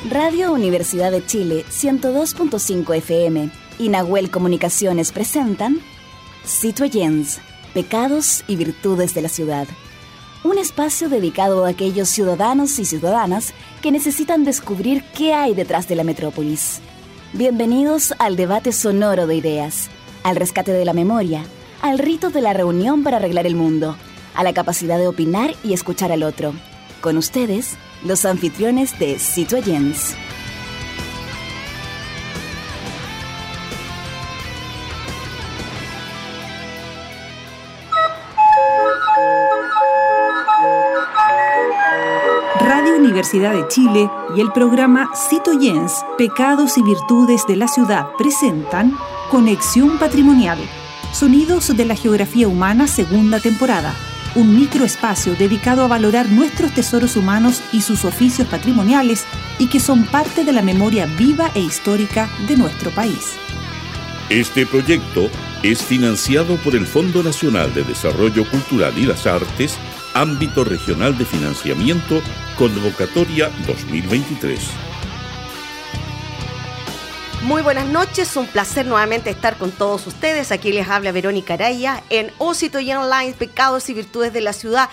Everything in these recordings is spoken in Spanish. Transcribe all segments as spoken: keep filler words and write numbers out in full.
Radio Universidad de Chile ciento dos punto cinco F M y Nahuel Comunicaciones presentan Citoyens, Pecados y Virtudes de la Ciudad. Un espacio dedicado a aquellos ciudadanos y ciudadanas que necesitan descubrir qué hay detrás de la metrópolis. Bienvenidos al debate sonoro de ideas, al rescate de la memoria, al rito de la reunión para arreglar el mundo, a la capacidad de opinar y escuchar al otro. Con ustedes, los anfitriones de Citoyens. Radio Universidad de Chile y el programa Citoyens, Pecados y Virtudes de la Ciudad presentan Conexión Patrimonial, Sonidos de la Geografía Humana, segunda temporada. Un microespacio dedicado a valorar nuestros tesoros humanos y sus oficios patrimoniales y que son parte de la memoria viva e histórica de nuestro país. Este proyecto es financiado por el Fondo Nacional de Desarrollo Cultural y las Artes, Ámbito Regional de Financiamiento, Convocatoria dos mil veintitrés. Muy buenas noches, un placer nuevamente estar con todos ustedes. Aquí les habla Verónica Araya en Citoyens Online, Pecados y Virtudes de la Ciudad,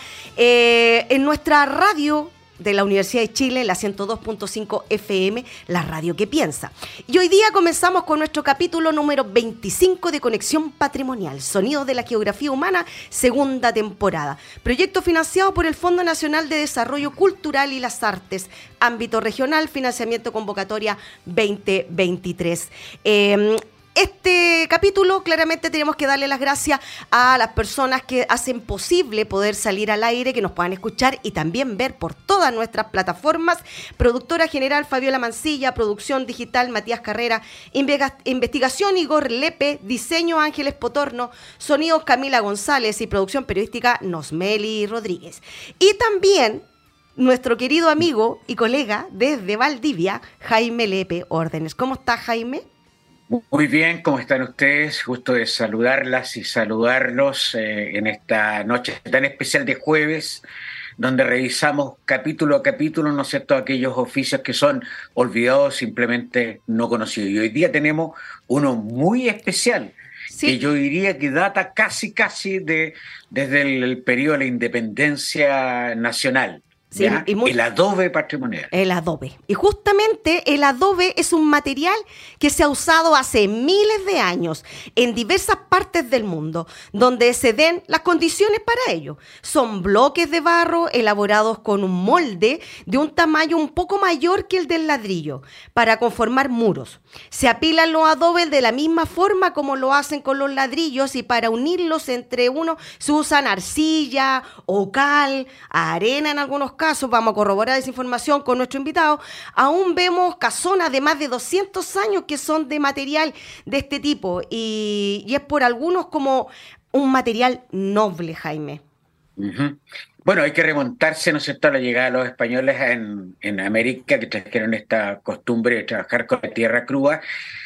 eh, en nuestra radio de la Universidad de Chile, la ciento dos punto cinco F M, la radio que piensa. Y hoy día comenzamos con nuestro capítulo número veinticinco de Conexión Patrimonial, Sonidos de la Geografía Humana, segunda temporada. Proyecto financiado por el Fondo Nacional de Desarrollo Cultural y las Artes, Ámbito Regional, Financiamiento Convocatoria veinte veintitrés. Eh, Este capítulo claramente tenemos que darle las gracias a las personas que hacen posible poder salir al aire, que nos puedan escuchar y también ver por todas nuestras plataformas. Productora general Fabiola Mancilla, producción digital Matías Carrera, invega- investigación Igor Lepe, diseño Ángeles Potorno, sonidos Camila González y producción periodística Nosmeli Rodríguez. Y también nuestro querido amigo y colega desde Valdivia, Jaime Lepe Órdenes. ¿Cómo está, Jaime? Muy bien, ¿cómo están ustedes? Gusto de saludarlas y saludarlos eh, en esta noche tan especial de jueves, donde revisamos capítulo a capítulo, ¿no es cierto?, aquellos oficios que son olvidados, simplemente no conocidos. Y hoy día tenemos uno muy especial, sí, que yo diría que data casi, casi de, desde el, el periodo de la independencia nacional. Sí, y muy, el adobe patrimonial. El adobe. Y justamente el adobe es un material que se ha usado hace miles de años en diversas partes del mundo, donde se den las condiciones para ello. Son bloques de barro elaborados con un molde de un tamaño un poco mayor que el del ladrillo, para conformar muros. Se apilan los adobes de la misma forma como lo hacen con los ladrillos, y para unirlos entre uno se usan arcilla o cal, arena en algunos casos. Casos, vamos a corroborar esa información con nuestro invitado. Aún vemos casonas de más de doscientos años que son de material de este tipo, y, y es por algunos como un material noble, Jaime. Uh-huh. Bueno, hay que remontarse, ¿no es cierto?, a la llegada de los españoles en, en América, que trajeron esta costumbre de trabajar con la tierra cruda.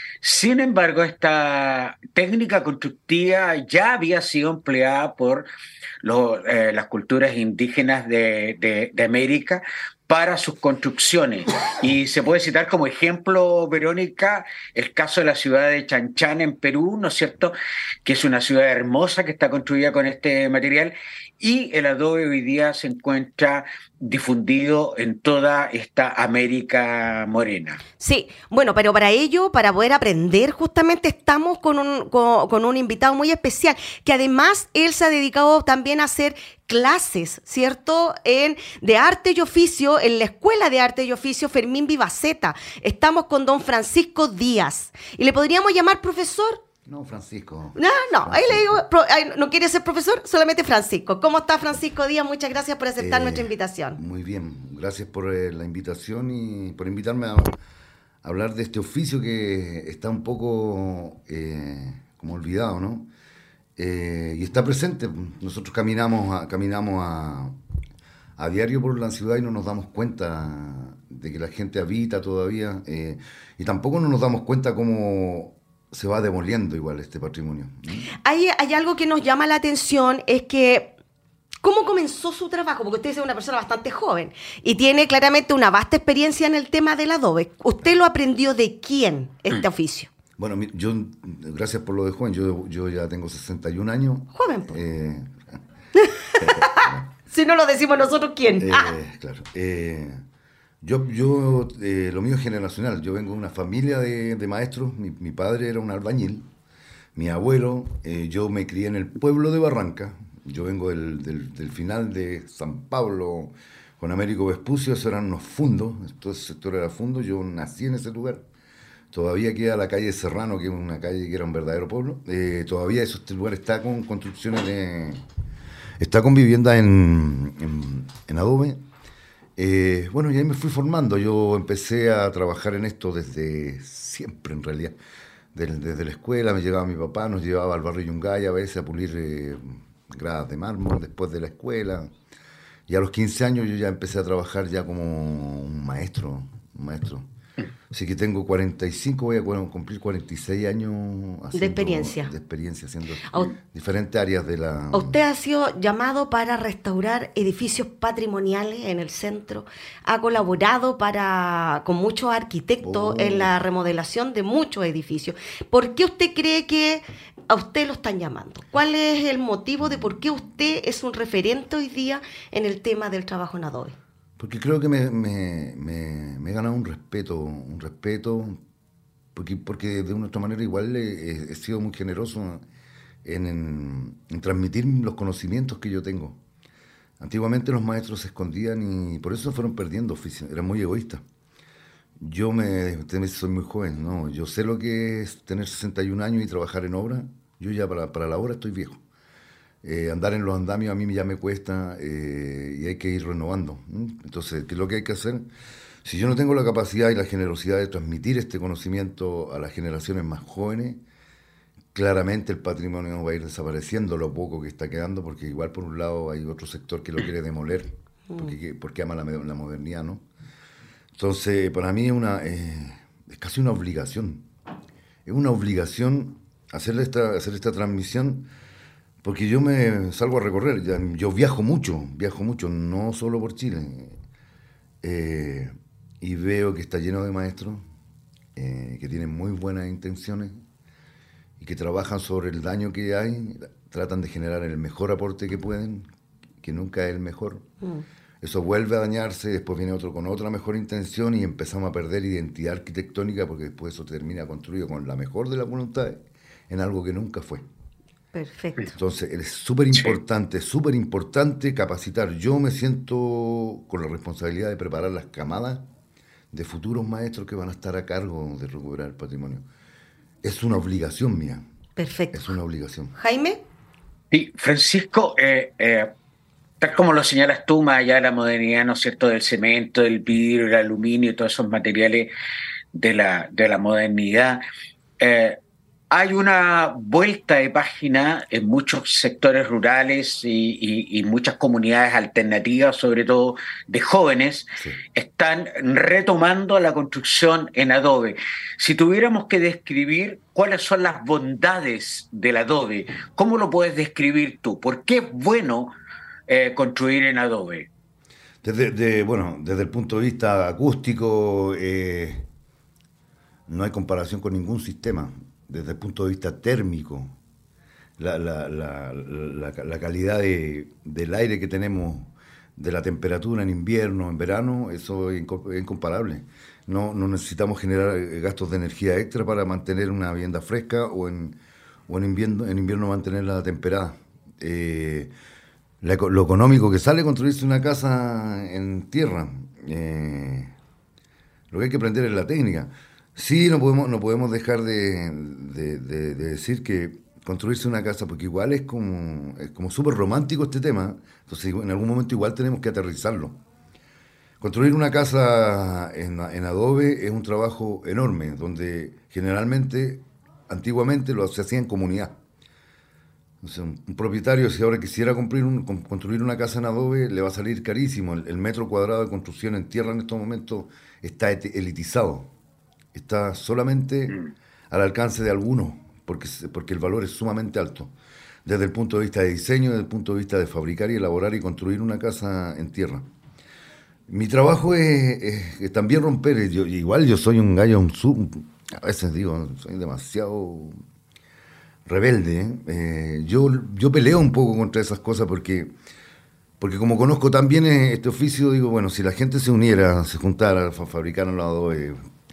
Sin embargo, esta técnica constructiva ya había sido empleada por los, eh, las culturas indígenas de, de, de América para sus construcciones. Y se puede citar como ejemplo, Verónica, el caso de la ciudad de Chanchán en Perú, ¿no es cierto?, que es una ciudad hermosa que está construida con este material, y el adobe hoy día se encuentra difundido en toda esta América morena. Sí, bueno, pero para ello, para poder aprender, justamente estamos con un, con, con un invitado muy especial, que además él se ha dedicado también a hacer clases, ¿cierto?, en, de arte y oficio, en la Escuela de Arte y Oficio Fermín Vivaceta. Estamos con don Francisco Díaz. ¿Y le podríamos llamar profesor? No, Francisco. No, no, Francisco. ahí le digo, pro, ahí no quiere ser profesor, solamente Francisco. ¿Cómo está, Francisco Díaz? Muchas gracias por aceptar eh, nuestra invitación. Muy bien, gracias por eh, la invitación y por invitarme a, a hablar de este oficio que está un poco eh, como olvidado, ¿no? Eh, y está presente. Nosotros caminamos a, caminamos a, a diario por la ciudad y no nos damos cuenta de que la gente habita todavía, eh, y tampoco no nos damos cuenta cómo se va demoliendo igual este patrimonio. Hay, hay algo que nos llama la atención, es que ¿Cómo comenzó su trabajo? Porque usted es una persona bastante joven y tiene claramente una vasta experiencia en el tema del adobe. ¿Usted lo aprendió de quién, este oficio? Bueno, yo, gracias por lo de joven, yo, yo ya tengo sesenta y un años. Joven, pues. Eh, si no lo decimos nosotros, ¿quién? Eh, ah. Claro. Eh, yo, yo eh, lo mío es generacional. Yo vengo de una familia de, de maestros. Mi, mi padre era un albañil. Mi abuelo, eh, yo me crié en el pueblo de Barranca. Yo vengo del, del, del final de San Pablo con Américo Vespucio. Esos eran unos fundos. Todo ese sector era fundo. Yo nací en ese lugar. Todavía queda la calle Serrano, que es una calle que era un verdadero pueblo. Eh, todavía eso, este lugar está con construcciones de... Está con vivienda en, en, en adobe. Eh, bueno, y ahí me fui formando. Yo empecé a trabajar en esto desde siempre, en realidad. Desde, desde la escuela me llevaba mi papá, nos llevaba al barrio Yungay a veces a pulir eh, gradas de mármol después de la escuela. Y a los quince años yo ya empecé a trabajar ya como un maestro, un maestro. Así que tengo cuarenta y cinco, voy a cumplir cuarenta y seis años haciendo, de experiencia. De experiencia, haciendo U- diferentes áreas de la... Usted ha sido llamado para restaurar edificios patrimoniales en el centro, ha colaborado para con muchos arquitectos Oh. en la remodelación de muchos edificios. ¿Por qué usted cree que a usted lo están llamando? ¿Cuál es el motivo de por qué usted es un referente hoy día en el tema del trabajo en adobe? Porque creo que me, me, me, me he ganado un respeto, un respeto, porque, porque de una otra manera igual he, he sido muy generoso en, en, en transmitir los conocimientos que yo tengo. Antiguamente los maestros se escondían y por eso fueron perdiendo oficio, eran muy egoístas. Yo me, usted me dice, soy muy joven, no, yo sé lo que es tener sesenta y un años y trabajar en obra, yo ya para, para la obra estoy viejo. Eh, andar en los andamios a mí ya me cuesta eh, y hay que ir renovando. ¿m? Entonces, ¿qué es lo que hay que hacer? Si yo no tengo la capacidad y la generosidad de transmitir este conocimiento a las generaciones más jóvenes, claramente el patrimonio va a ir desapareciendo lo poco que está quedando, porque igual por un lado hay otro sector que lo quiere demoler, porque, porque ama la, la modernidad, ¿no? Entonces, para mí es, una, eh, es casi una obligación. Es una obligación hacer esta, hacer esta transmisión. Porque yo me salgo a recorrer, ya, yo viajo mucho, viajo mucho, no solo por Chile, eh, y veo que está lleno de maestros eh, que tienen muy buenas intenciones y que trabajan sobre el daño que hay, tratan de generar el mejor aporte que pueden, que nunca es el mejor. Mm. Eso vuelve a dañarse, después viene otro con otra mejor intención y empezamos a perder identidad arquitectónica porque después eso termina construido con la mejor de las voluntades en algo que nunca fue. Perfecto. Entonces, es súper importante, súper importante capacitar. Yo me siento con la responsabilidad de preparar las camadas de futuros maestros que van a estar a cargo de recuperar el patrimonio. Es una obligación mía. Perfecto. Es una obligación. ¿Jaime? Sí, Francisco, eh, eh, tal como lo señalas tú, más allá de la modernidad, ¿no es cierto?, del cemento, del vidrio, el aluminio y todos esos materiales de la, de la modernidad, eh, hay una vuelta de página en muchos sectores rurales y, y, y muchas comunidades alternativas, sobre todo de jóvenes, sí. Están retomando la construcción en adobe. Si tuviéramos que describir cuáles son las bondades del adobe, ¿cómo lo puedes describir tú? ¿Por qué es bueno eh, construir en adobe? Desde, de, bueno, desde el punto de vista acústico, eh, no hay comparación con ningún sistema. Desde el punto de vista térmico, la, la, la, la, la calidad de, del aire que tenemos, de la temperatura en invierno, en verano, eso es incomparable. No, no necesitamos generar gastos de energía extra para mantener una vivienda fresca o en, o en, invierno, en invierno mantenerla temperada. Eh, la, lo económico que sale construirse una casa en tierra, eh, lo que hay que aprender es la técnica. Sí, no podemos, no podemos dejar de, de, de, de decir que construirse una casa, porque igual es como, es como súper romántico este tema, entonces en algún momento igual tenemos que aterrizarlo. Construir una casa en, en adobe es un trabajo enorme, donde generalmente, antiguamente lo se hacía en comunidad. O sea, un, un propietario, si ahora quisiera construir, un, construir una casa en adobe, le va a salir carísimo. El, el metro cuadrado de construcción en tierra en estos momentos está elitizado. Está solamente al alcance de algunos, porque, porque el valor es sumamente alto. desde el punto de vista de diseño, desde el punto de vista de fabricar y elaborar y construir una casa en tierra. Mi trabajo es, es, es también romper, yo, igual yo soy un gallo, un sub, a veces digo, soy demasiado rebelde, ¿eh? Eh, yo, yo peleo un poco contra esas cosas porque, porque como conozco tan bien este oficio, digo, bueno, si la gente se uniera, se juntara, fabricaran los adobes,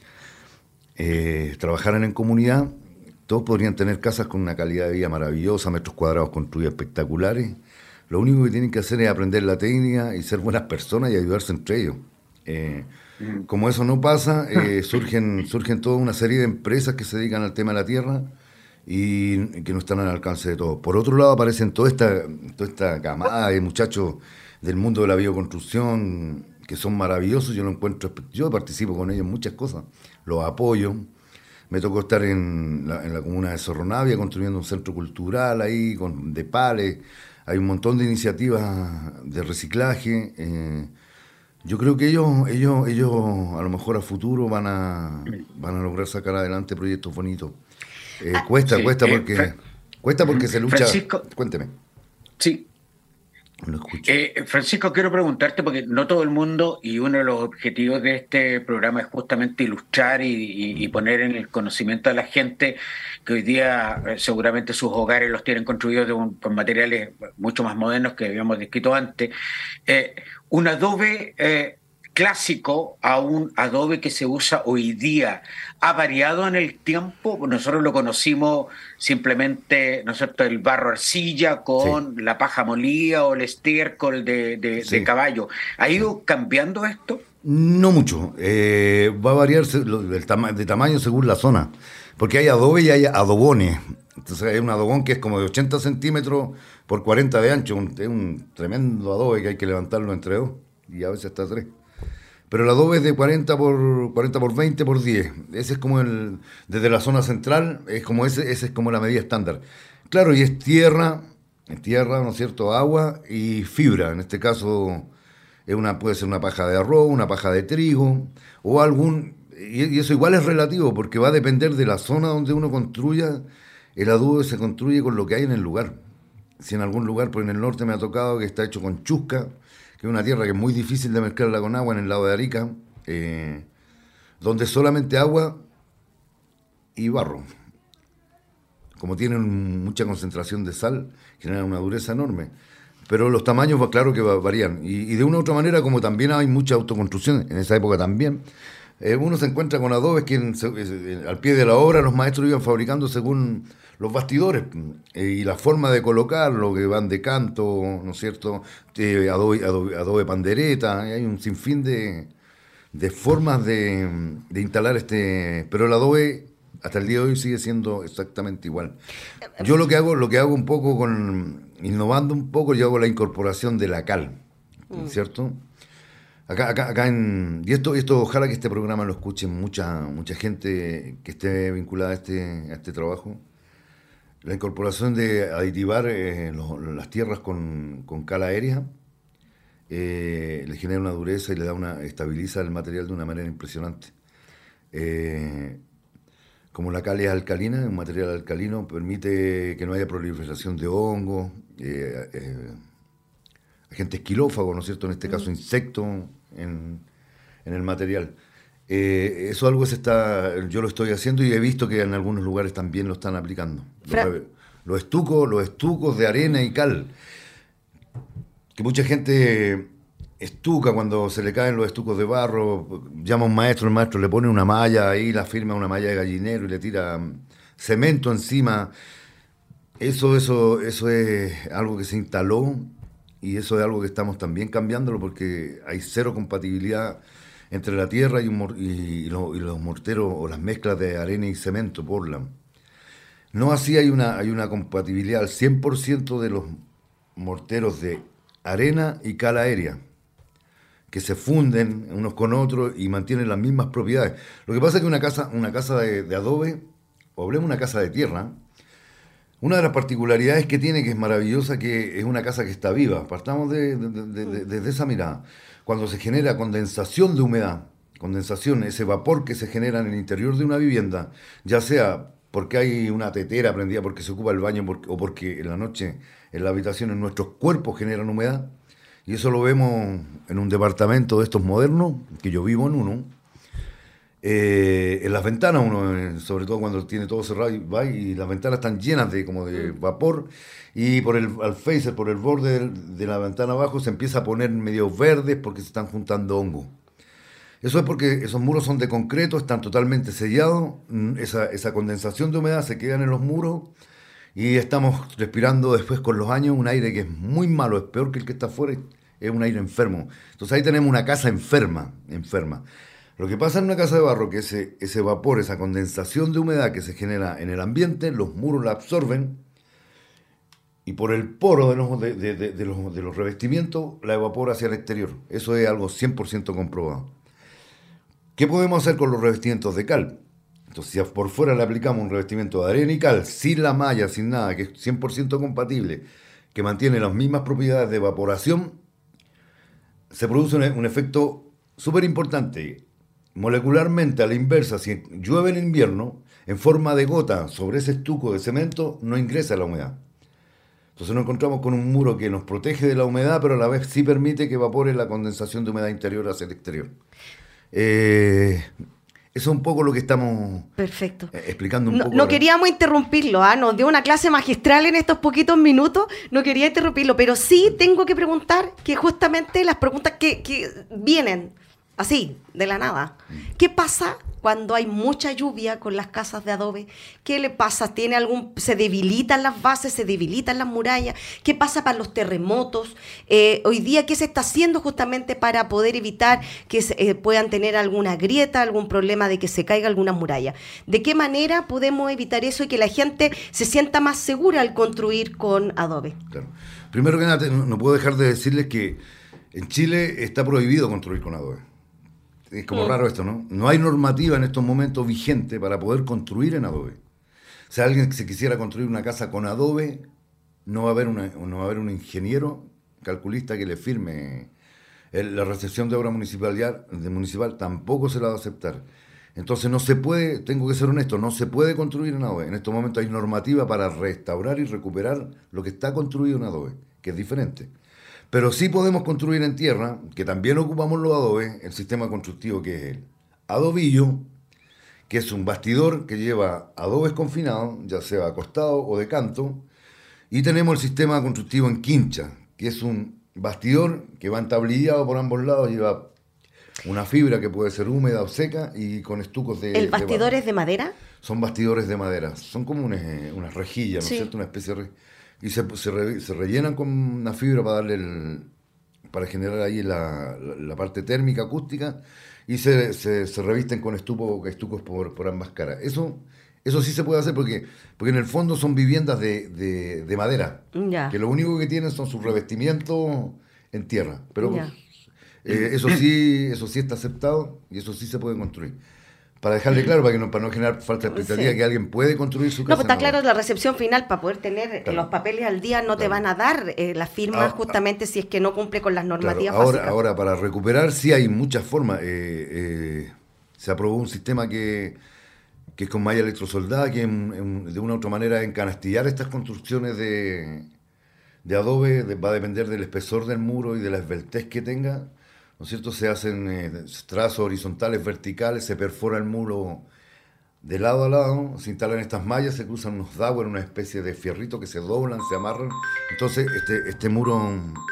eh, trabajaran en comunidad, todos podrían tener casas con una calidad de vida maravillosa, metros cuadrados construidos espectaculares. Lo único que tienen que hacer es aprender la técnica y ser buenas personas y ayudarse entre ellos. Eh, como eso no pasa, eh, surgen, surgen toda una serie de empresas que se dedican al tema de la tierra y que no están al alcance de todos. Por otro lado, aparecen toda esta, toda esta camada de muchachos del mundo de la bioconstrucción que son maravillosos. Yo lo encuentro, yo participo con ellos en muchas cosas, los apoyo. Me tocó estar en la, en la comuna de Cerro Navia construyendo un centro cultural ahí con, de pales. Hay un montón de iniciativas de reciclaje. Eh, yo creo que ellos, ellos, ellos a lo mejor a futuro van a, van a lograr sacar adelante proyectos bonitos. Eh, cuesta, sí, cuesta porque eh, cuesta porque se lucha. Francisco, Cuénteme. Sí. Lo escucho. Eh, Francisco, quiero preguntarte, porque no todo el mundo, y uno de los objetivos de este programa es justamente ilustrar y, y, y poner en el conocimiento a la gente que hoy día eh, seguramente sus hogares los tienen construidos de un, con materiales mucho más modernos que habíamos descrito antes. Eh, un adobe eh, clásico a un adobe que se usa hoy día, ¿ha variado en el tiempo? Nosotros lo conocimos simplemente, ¿no es cierto?, el barro arcilla con sí. la paja molida o el estiércol de, de, sí. de caballo. ¿Ha ido cambiando esto? No mucho. Eh, va a variar de tama de tamaño según la zona, porque hay adobe y hay adobones. Entonces hay un adobón que es como de ochenta centímetros por cuarenta de ancho, un, es un tremendo adobe que hay que levantarlo entre dos y a veces hasta tres. Pero el adobe es de cuarenta por veinte por diez. Ese es como el, desde la zona central, es como ese, ese es como la medida estándar. Claro, y es tierra, tierra, ¿no es cierto?, agua y fibra. En este caso es una, puede ser una paja de arroz, una paja de trigo, o algún, y, y eso igual es relativo, porque va a depender de la zona donde uno construya. El adobe se construye con lo que hay en el lugar. Si en algún lugar, pues en el norte me ha tocado que está hecho con chusca, que es una tierra que es muy difícil de mezclarla con agua en el lado de Arica, eh, donde solamente agua y barro. Como tienen mucha concentración de sal, generan una dureza enorme. Pero los tamaños, claro que varían. Y, y de una u otra manera, como también hay mucha autoconstrucción, en esa época también, eh, uno se encuentra con adobes que en, en, al pie de la obra los maestros iban fabricando según los bastidores eh, y la forma de colocarlo, que van de canto, ¿no es cierto?, eh, adobe, adobe, adobe pandereta, hay un sinfín de, de formas de, de instalar este, pero el adobe hasta el día de hoy sigue siendo exactamente igual. Yo lo que hago, lo que hago un poco con, innovando un poco, yo hago la incorporación de la cal, mm. ¿cierto? Acá, acá, acá en, y esto, esto ojalá que este programa lo escuchen mucha, mucha gente que esté vinculada a este, a este trabajo. La incorporación de aditivar eh, los, las tierras con, con cal aérea eh, le genera una dureza y le da una, estabiliza el material de una manera impresionante. Eh, como la cal es alcalina, un material alcalino, permite que no haya proliferación de hongos, eh, eh, agentes quilófagos, ¿no es cierto?, en este caso insectos en, en el material. Eh, eso algo se está, yo lo estoy haciendo y he visto que en algunos lugares también lo están aplicando. Los, los estucos, los estucos de arena y cal, que mucha gente estuca cuando se le caen los estucos de barro, llama a un maestro, el maestro le pone una malla ahí, la firma una malla de gallinero y le tira cemento encima. Eso, eso, eso es algo que se instaló y eso es algo que estamos también cambiándolo porque hay cero compatibilidad entre la tierra y, un, y, y, los, y los morteros o las mezclas de arena y cemento, Portland. No así hay una, hay una compatibilidad al cien por ciento de los morteros de arena y cal aérea, que se funden unos con otros y mantienen las mismas propiedades. Lo que pasa es que una casa, una casa de, de adobe, o hablemos de una casa de tierra, una de las particularidades que tiene, que es maravillosa, que es una casa que está viva. Partamos de, de, de, de, de, de esa mirada. Cuando se genera condensación de humedad, condensación, ese vapor que se genera en el interior de una vivienda, ya sea porque hay una tetera prendida, porque se ocupa el baño porque, o porque en la noche en la habitación en nuestros cuerpos generan humedad. Y eso lo vemos en un departamento de estos modernos, que yo vivo en uno. Eh, en las ventanas, uno, sobre todo cuando tiene todo cerrado, y va y las ventanas están llenas de como de vapor, y por el al facer, por el borde de, de la ventana abajo, se empieza a poner medio verdes porque se están juntando hongos. Eso es porque esos muros son de concreto, están totalmente sellados, esa, esa condensación de humedad se queda en los muros, y estamos respirando después con los años un aire que es muy malo, es peor que el que está afuera, es un aire enfermo. Entonces ahí tenemos una casa enferma, enferma. Lo que pasa en una casa de barro, que ese, ese vapor, esa condensación de humedad que se genera en el ambiente, los muros la absorben y por el poro de los, de, de, de, de los, de los revestimientos la evapora hacia el exterior. Eso es algo cien por ciento comprobado. ¿Qué podemos hacer con los revestimientos de cal? Entonces, si por fuera le aplicamos un revestimiento de arena y cal, sin la malla, sin nada, que es cien por ciento compatible, que mantiene las mismas propiedades de evaporación, se produce un, un efecto súper importante. Molecularmente, a la inversa, si llueve en invierno, en forma de gota sobre ese estuco de cemento, no ingresa la humedad. Entonces nos encontramos con un muro que nos protege de la humedad, pero a la vez sí permite que evapore la condensación de humedad interior hacia el exterior. Eh, eso es un poco lo que estamos Perfecto. Eh, explicando un no, poco. No queríamos interrumpirlo, ¿ah? Nos dio una clase magistral en estos poquitos minutos, no quería interrumpirlo, pero sí tengo que preguntar que justamente las preguntas que, que vienen así, de la nada. ¿Qué pasa cuando hay mucha lluvia con las casas de adobe? ¿Qué le pasa? ¿Tiene algún, se debilitan las bases, se debilitan las murallas? ¿Qué pasa para los terremotos? Eh, hoy día, ¿qué se está haciendo justamente para poder evitar que se, eh, puedan tener alguna grieta, algún problema de que se caiga alguna muralla? ¿De qué manera podemos evitar eso y que la gente se sienta más segura al construir con adobe? Claro. Primero que nada, no, no puedo dejar de decirles que en Chile está prohibido construir con adobe. Es como mm. raro esto, ¿no? No hay normativa en estos momentos vigente para poder construir en adobe. O sea, alguien que se quisiera construir una casa con adobe, no va a haber, una, no va a haber un ingeniero calculista que le firme el, la recepción de obra municipal, de municipal, tampoco se la va a aceptar. Entonces no se puede, tengo que ser honesto, no se puede construir en adobe. En estos momentos hay normativa para restaurar y recuperar lo que está construido en adobe, que es diferente. Pero sí podemos construir en tierra, que también ocupamos los adobes, el sistema constructivo que es el adobillo, que es un bastidor que lleva adobes confinados, ya sea acostado o de canto, y tenemos el sistema constructivo en quincha, que es un bastidor que va entablillado por ambos lados, lleva una fibra que puede ser húmeda o seca y con estucos de... ¿El bastidor de es de madera? Son bastidores de madera, son como unas, unas rejillas, ¿no es sí. cierto? Una especie de... Y se, se, re, se rellenan con una fibra para darle el, para generar ahí la, la, la parte térmica, acústica, y se, se, se revisten con estuco, estucos por, por ambas caras. Eso, eso sí se puede hacer porque, porque en el fondo son viviendas de, de, de madera, ya. que lo único que tienen son sus revestimientos en tierra. Pero eh, eso sí, eso sí está aceptado y eso sí se puede construir. Para dejarle claro, para, que no, para no generar falta de expectativa, sí. que alguien puede construir su casa. No, pues está claro, la recepción final, para poder tener claro. los papeles al día, no claro. te van a dar eh, las firmas ah, justamente ah, si es que no cumple con las normativas claro. ahora, básicas. Ahora, para recuperar, sí hay muchas formas. Eh, eh, se aprobó un sistema que, que es con malla electrosoldada, que en, en, de una u otra manera encanastillar estas construcciones de, de adobe, de, va a depender del espesor del muro y de la esbeltez que tenga. ¿No es cierto? Se hacen eh, trazos horizontales, verticales, se perfora el muro de lado a lado, se instalan estas mallas, se cruzan unos dowels, una especie de fierrito que se doblan, se amarran. Entonces, este, este muro...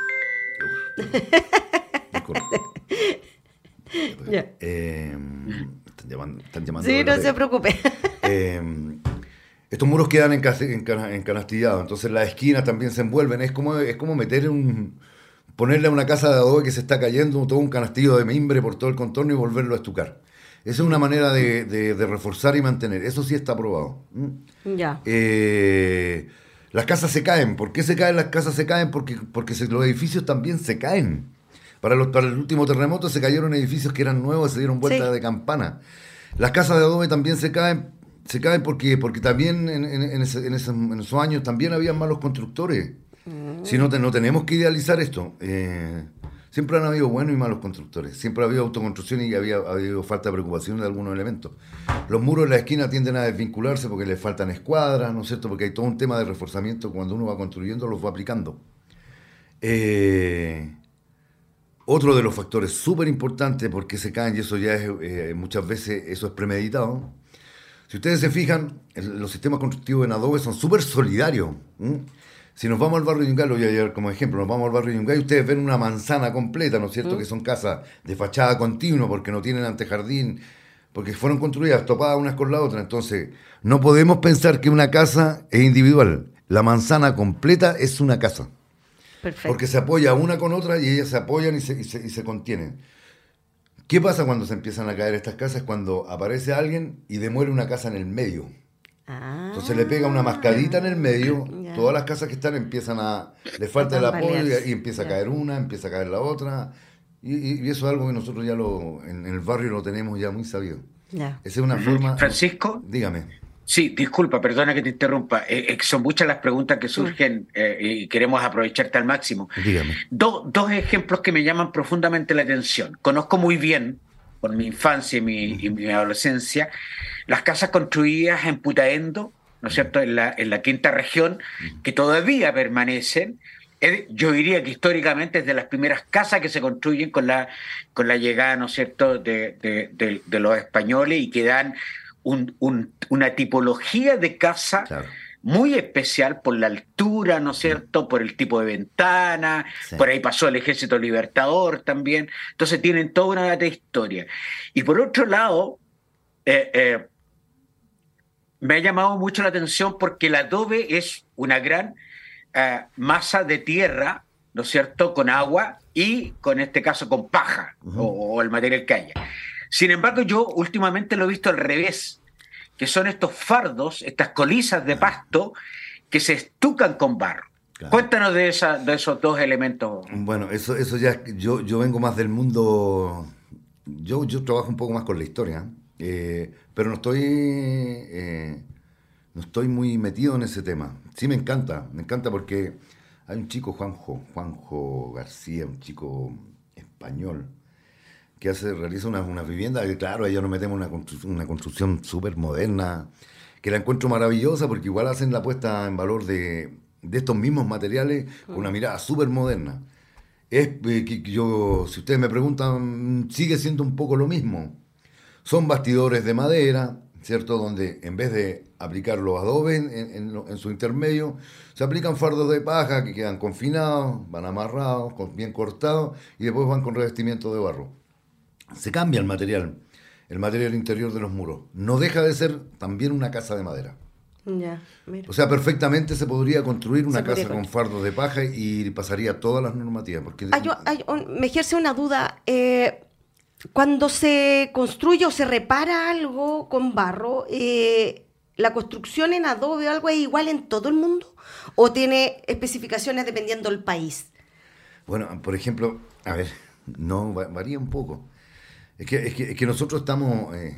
yeah. eh, están llamando, están llamando sí, no se preocupe. eh, estos muros quedan encanastillados, entonces las esquinas también se envuelven. Es como, es como meter un... ponerle a una casa de adobe que se está cayendo todo un canastillo de mimbre por todo el contorno y volverlo a estucar. Esa es una manera de, de, de reforzar y mantener. Eso sí está aprobado. ¿Mm? Ya. Eh, las casas se caen. ¿Por qué se caen las casas? Se caen porque, porque se, los edificios también se caen. Para, los, para el último terremoto se cayeron edificios que eran nuevos y se dieron vuelta sí. de campana. Las casas de adobe también se caen, se caen porque, porque también en, en, en, ese, en, ese, en esos años también había malos constructores. Mm. Si no, te, no tenemos que idealizar esto. Eh, Siempre han habido buenos y malos constructores. Siempre ha habido autoconstrucción y había ha habido falta de preocupación de algunos elementos. Los muros de la esquina tienden a desvincularse porque les faltan escuadras, ¿no es cierto? Porque hay todo un tema de reforzamiento. Cuando uno va construyendo, los va aplicando. Eh, otro de los factores súper importantes porque se caen, y eso ya es, eh, muchas veces, eso es premeditado. Si ustedes se fijan, el, los sistemas constructivos en adobe son súper solidarios. ¿Mm? Si nos vamos al barrio Yungay, lo voy a llevar como ejemplo, nos vamos al barrio Yungay, ustedes ven una manzana completa, ¿no es cierto? Mm. Que son casas de fachada continua porque no tienen antejardín, porque fueron construidas topadas unas con la otra. Entonces, no podemos pensar que una casa es individual. La manzana completa es una casa. Perfecto. Porque se apoya una con otra y ellas se apoyan y se, y se, y se contienen. ¿Qué pasa cuando se empiezan a caer estas casas? Cuando aparece alguien y demuele una casa en el medio. Ah, entonces le pega una mascadita en el medio, ya. Todas las casas que están empiezan a... Le falta el apoyo y, y empieza ya. a caer una, empieza a caer la otra. Y, y, y eso es algo que nosotros ya lo en, en el barrio lo tenemos ya muy sabido. Ya. Esa es una forma... Francisco. Dígame. Sí, disculpa, perdona que te interrumpa. Eh, eh, son muchas las preguntas que surgen eh, y queremos aprovecharte al máximo. Dígame. Do, dos ejemplos que me llaman profundamente la atención. Conozco muy bien, por mi infancia y mi, uh-huh. y mi adolescencia, las casas construidas en Putaendo, ¿no es cierto?, en la, en la quinta región, que todavía permanecen. Eh, yo diría que históricamente es de las primeras casas que se construyen con la, con la llegada, ¿no es cierto?, de, de, de, de los españoles y que dan un, un, una tipología de casa claro. muy especial por la altura, ¿no es cierto?, por el tipo de ventana, sí. por ahí pasó el Ejército Libertador también. Entonces tienen toda una data historia. Y por otro lado, eh, eh, me ha llamado mucho la atención porque el adobe es una gran uh, masa de tierra, ¿no es cierto?, con agua y, con este caso, con paja uh-huh. o, o el material que haya. Sin embargo, yo últimamente lo he visto al revés, que son estos fardos, estas colizas de pasto que se estucan con barro. Claro. Cuéntanos de, esa, de esos dos elementos. Bueno, eso, eso ya, yo, yo vengo más del mundo, yo, yo trabajo un poco más con la historia, eh, pero no estoy, eh, no estoy muy metido en ese tema. Sí me encanta, me encanta porque hay un chico, Juanjo, Juanjo García, un chico español, que hace, realiza una, una vivienda que, claro, ellos nos metemos una construcción, una construcción súper moderna, que la encuentro maravillosa porque igual hacen la puesta en valor de, de estos mismos materiales con una mirada súper moderna. Es eh, que yo, si ustedes me preguntan, sigue siendo un poco lo mismo. Son bastidores de madera, ¿cierto?, donde en vez de aplicar los adobes en, en, en su intermedio, se aplican fardos de paja que quedan confinados, van amarrados, bien cortados, y después van con revestimiento de barro. Se cambia el material, el material interior de los muros. No deja de ser también una casa de madera. Ya, mira. O sea, perfectamente se podría construir una se casa con fardos de paja y pasaría todas las normativas. Porque... Hay, hay, me ejerce una duda. Eh, cuando se construye o se repara algo con barro, eh, ¿la construcción en adobe o algo es igual en todo el mundo? ¿O tiene especificaciones dependiendo del país? Bueno, por ejemplo, a ver, no, varía un poco. Es que, es que, es que nosotros estamos... Eh,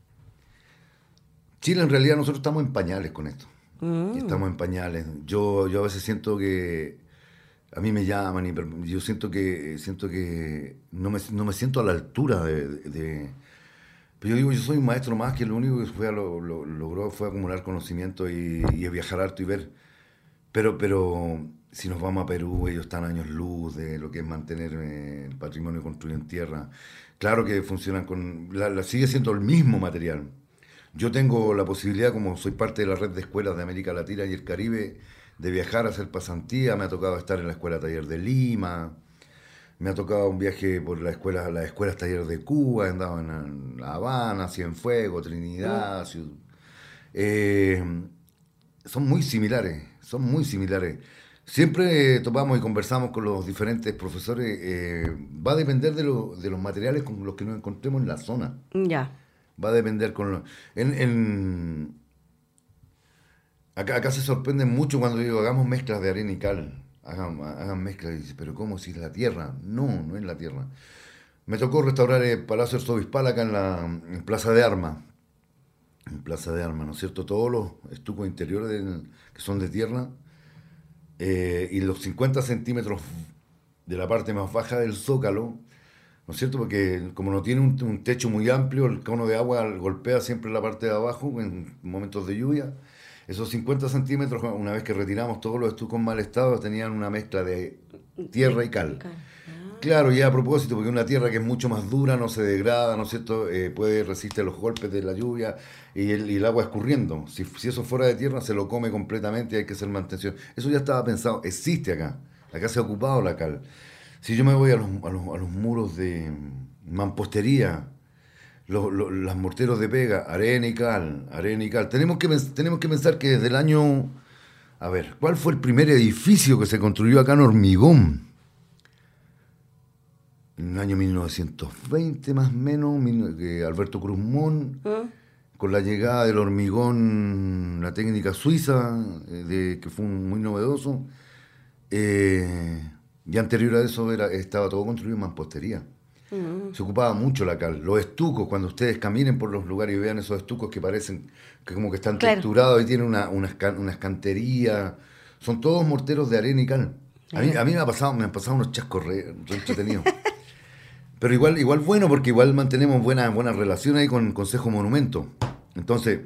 Chile, en realidad, nosotros estamos en pañales con esto. Mm. Estamos en pañales. Yo, yo a veces siento que... A mí me llaman y yo siento que siento que no me, no me siento a la altura de, de, de... Pero yo digo, yo soy un maestro más que lo único que fue a lo, lo, logró fue acumular conocimiento y, y viajar harto y ver. Pero, pero si nos vamos a Perú, ellos están años luz de lo que es mantener eh, el patrimonio construido en tierra. Claro que funcionan con... La, la, sigue siendo el mismo material. Yo tengo la posibilidad, como soy parte de la red de escuelas de América Latina y el Caribe, de viajar a hacer pasantía. Me ha tocado estar en la Escuela Taller de Lima, me ha tocado un viaje por la escuela, las escuelas Taller de Cuba, he andado en La Habana, Cienfuegos, Trinidad, Ciudad. Eh, son muy similares, son muy similares. Siempre topamos y conversamos con los diferentes profesores, eh, va a depender de, lo, de los materiales con los que nos encontremos en la zona. Ya. Yeah. Va a depender con los... En, en, acá, acá se sorprenden mucho cuando digo, hagamos mezclas de arena y cal. Hagan, hagan mezclas y dicen, pero ¿cómo? Si es la tierra. No, no es la tierra. Me tocó restaurar el Palacio Arzobispal acá en la en Plaza de Armas. En Plaza de Armas, ¿no es cierto? Todos los estucos interiores de, que son de tierra eh, y los cincuenta centímetros de la parte más baja del Zócalo, ¿no es cierto? Porque como no tiene un, un techo muy amplio, el cono de agua golpea siempre la parte de abajo en momentos de lluvia. Esos cincuenta centímetros, una vez que retiramos todos los estucos en mal estado, tenían una mezcla de tierra y cal. Claro, y a propósito, porque una tierra que es mucho más dura, no se degrada, ¿no es cierto? Eh, puede resistir los golpes de la lluvia y el, y el agua escurriendo. Si, si eso fuera de tierra, se lo come completamente y hay que hacer mantención. Eso ya estaba pensado, existe acá. Acá se ha ocupado la cal. Si yo me voy a los, a los, a los muros de mampostería, los, los, los morteros de pega, arena y cal, arena y cal. Tenemos que, tenemos que pensar que desde el año... A ver, ¿cuál fue el primer edificio que se construyó acá en hormigón? En el año mil novecientos veinte más o menos, que Alberto Cruzmón, ¿Ah? con la llegada del hormigón, la técnica suiza, de, que fue muy novedoso, eh, y anterior a eso era, estaba todo construido en mampostería. Uh-huh. Se ocupaba mucho la cal. Los estucos, cuando ustedes caminen por los lugares y vean esos estucos que parecen que como que están claro. texturados y tienen una, una, una escantería, son todos morteros de arena y cal. A mí, a mí me, ha pasado, me han pasado unos chascos re, re entretenidos. Pero igual, igual bueno, porque igual mantenemos buenas buena relaciones ahí con el Consejo Monumento. Entonces,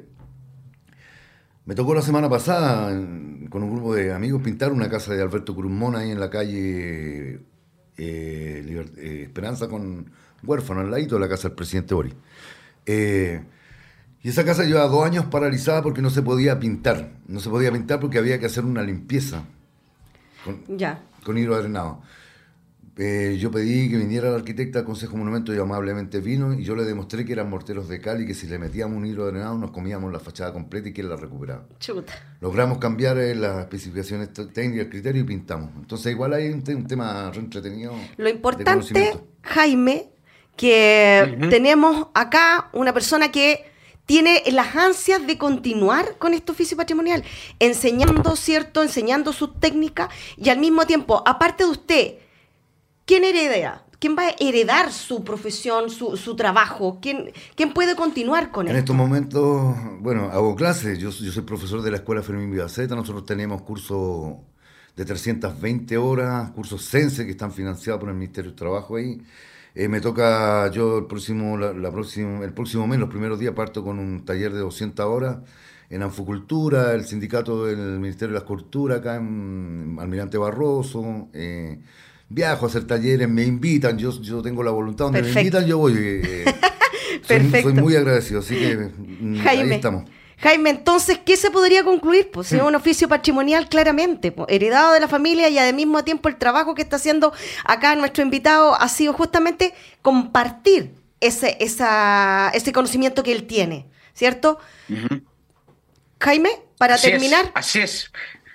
me tocó la semana pasada, en, con un grupo de amigos, pintar una casa de Alberto Cruzmón ahí en la calle eh, Liber, eh, Esperanza con Huérfano, al ladito de la casa del presidente Boric. Eh, y esa casa llevaba dos años paralizada porque no se podía pintar. No se podía pintar porque había que hacer una limpieza con, ya. con hidroarenado. Eh, yo pedí que viniera la arquitecta al Consejo Monumento y amablemente vino y yo le demostré que eran morteros de cal y que si le metíamos un hilo drenado nos comíamos la fachada completa y que él la recuperaba. Chuta. Logramos cambiar eh, las especificaciones técnicas, el criterio y pintamos. Entonces igual hay un, un tema re entretenido. Lo importante, Jaime, que uh-huh. tenemos acá una persona que tiene las ansias de continuar con este oficio patrimonial, enseñando, ¿cierto? Enseñando sus técnicas y al mismo tiempo, aparte de usted, ¿quién hereda? ¿Quién va a heredar su profesión, su, su trabajo? ¿Quién, ¿Quién puede continuar con en esto? En estos momentos, bueno, hago clases. Yo, yo soy profesor de la Escuela Fermín Vivaceta. Nosotros tenemos cursos de trescientas veinte horas, cursos Sense que están financiados por el Ministerio del Trabajo ahí. Eh, me toca, yo el próximo, la, la próxima, el próximo mes, los primeros días, parto con un taller de doscientas horas en Anfucultura, el sindicato del Ministerio de la Cultura, acá en Almirante Barroso. Eh, Viajo a hacer talleres, me invitan, yo, yo tengo la voluntad, donde Perfecto. me invitan yo voy. Eh, soy, soy muy agradecido, así que Jaime, ahí estamos. Jaime, entonces, ¿qué se podría concluir? Pues es un oficio patrimonial claramente, pues, heredado de la familia y al mismo tiempo el trabajo que está haciendo acá nuestro invitado ha sido justamente compartir ese, esa, ese conocimiento que él tiene, ¿cierto? Uh-huh. Jaime, para así terminar... Es, así es.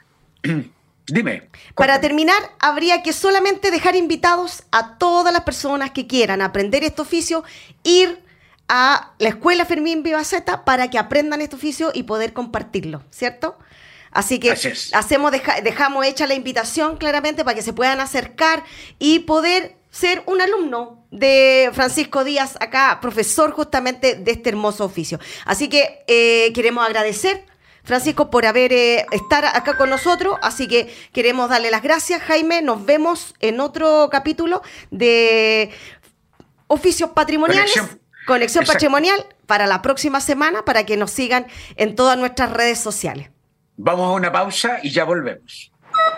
Dime. Para terminar, habría que solamente dejar invitados a todas las personas que quieran aprender este oficio, ir a la Escuela Fermín Vivaceta para que aprendan este oficio y poder compartirlo, ¿cierto? Así que Así es. hacemos, deja, dejamos hecha la invitación claramente para que se puedan acercar y poder ser un alumno de Francisco Díaz, acá profesor justamente de este hermoso oficio. Así que eh, queremos agradecer, Francisco, por haber eh, estar acá con nosotros, así que queremos darle las gracias, Jaime. Nos vemos en otro capítulo de Oficios Patrimoniales, Conexión, Conexión Patrimonial, para la próxima semana, para que nos sigan en todas nuestras redes sociales. Vamos a una pausa y ya volvemos.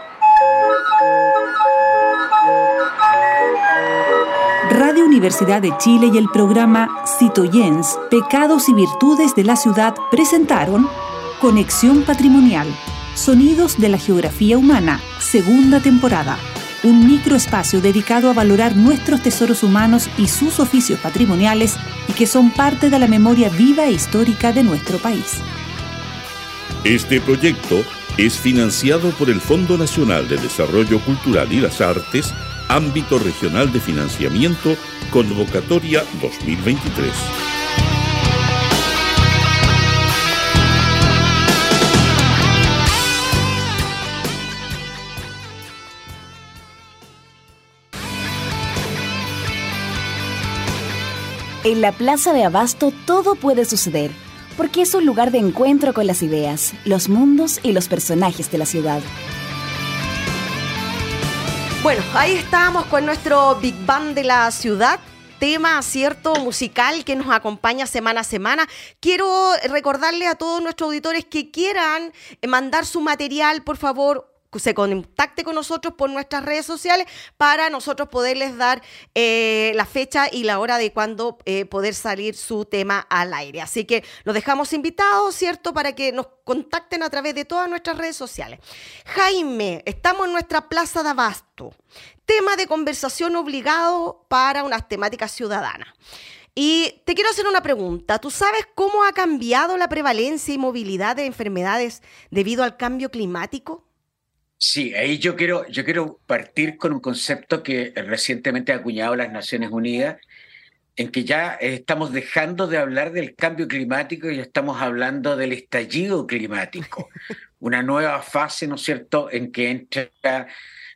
Radio Universidad de Chile y el programa Citoyens, Pecados y Virtudes de la Ciudad presentaron Conexión Patrimonial, Sonidos de la Geografía Humana, segunda temporada. Un microespacio dedicado a valorar nuestros tesoros humanos y sus oficios patrimoniales y que son parte de la memoria viva e histórica de nuestro país. Este proyecto es financiado por el Fondo Nacional de Desarrollo Cultural y las Artes, Ámbito Regional de Financiamiento, Convocatoria dos mil veintitrés. En la Plaza de Abasto todo puede suceder, porque es un lugar de encuentro con las ideas, los mundos y los personajes de la ciudad. Bueno, ahí estábamos con nuestro Big Band de la ciudad. Tema, cierto, musical que nos acompaña semana a semana. Quiero recordarle a todos nuestros auditores que quieran mandar su material, por favor, se contacte con nosotros por nuestras redes sociales para nosotros poderles dar eh, la fecha y la hora de cuándo eh, poder salir su tema al aire. Así que los dejamos invitados, ¿cierto?, para que nos contacten a través de todas nuestras redes sociales. Jaime, estamos en nuestra Plaza de Abasto. Tema de conversación obligado para unas temáticas ciudadanas. Y te quiero hacer una pregunta. ¿Tú sabes cómo ha cambiado la prevalencia y movilidad de enfermedades debido al cambio climático? Sí, ahí yo quiero, yo quiero partir con un concepto que recientemente ha acuñado las Naciones Unidas, en que ya estamos dejando de hablar del cambio climático y estamos hablando del estallido climático, una nueva fase, ¿no es cierto?, en que entra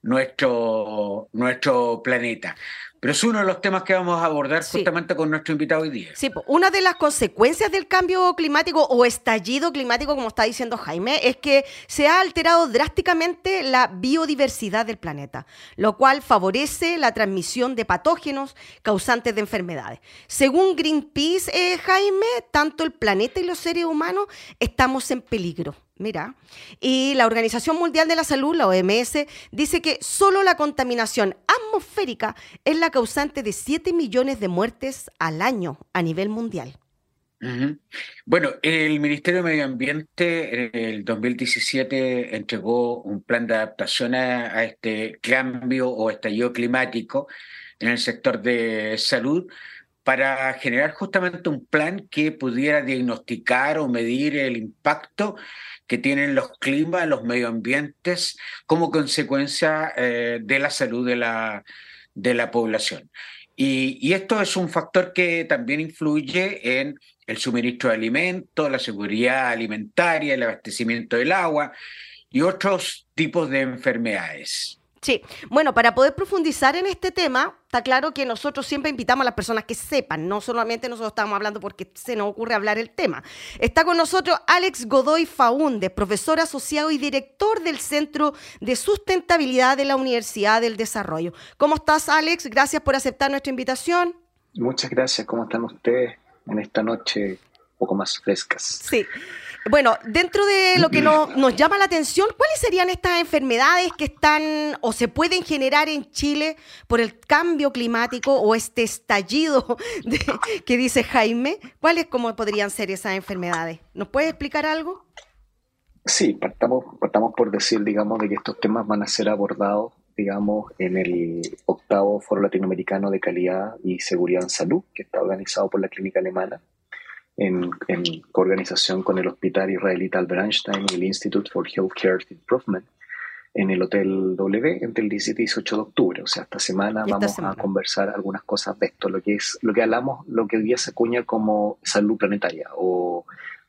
nuestro, nuestro planeta. Pero es uno de los temas que vamos a abordar sí. justamente con nuestro invitado hoy día. Sí, una de las consecuencias del cambio climático o estallido climático, como está diciendo Jaime, es que se ha alterado drásticamente la biodiversidad del planeta, lo cual favorece la transmisión de patógenos causantes de enfermedades. Según Greenpeace, eh, Jaime, tanto el planeta y los seres humanos estamos en peligro. Mira, y la Organización Mundial de la Salud, la O M S, dice que solo la contaminación atmosférica es la causante de siete millones de muertes al año a nivel mundial. Uh-huh. Bueno, el Ministerio de Medio Ambiente en el dos mil diecisiete entregó un plan de adaptación a, a este cambio o estallido climático en el sector de salud, para generar justamente un plan que pudiera diagnosticar o medir el impacto que tienen los climas, los medioambientes, como consecuencia eh, de la salud de la, de la población. Y, y esto es un factor que también influye en el suministro de alimentos, la seguridad alimentaria, el abastecimiento del agua y otros tipos de enfermedades. Sí, bueno, para poder profundizar en este tema, está claro que nosotros siempre invitamos a las personas que sepan, no solamente nosotros estamos hablando porque se nos ocurre hablar el tema. Está con nosotros Alex Godoy Faúndez, profesor asociado y director del Centro de Sustentabilidad de la Universidad del Desarrollo. ¿Cómo estás, Alex? Gracias por aceptar nuestra invitación. Muchas gracias. ¿Cómo están ustedes en esta noche un poco más frescas? Sí. Bueno, dentro de lo que no, nos llama la atención, ¿cuáles serían estas enfermedades que están o se pueden generar en Chile por el cambio climático o este estallido de, que dice Jaime? ¿Cuáles cómo podrían ser esas enfermedades? ¿Nos puedes explicar algo? Sí, partamos, partamos por decir, digamos, de que estos temas van a ser abordados, digamos, en el octavo Foro Latinoamericano de Calidad y Seguridad en Salud, que está organizado por la Clínica Alemana, en, en coorganización con el Hospital Israelita Albert Einstein y el Institute for Healthcare Improvement, en el Hotel W entre el diecisiete y dieciocho de octubre. O sea, esta semana esta vamos semana. a conversar algunas cosas de esto, lo que es lo que hablamos, lo que hoy día se acuña como salud planetaria o,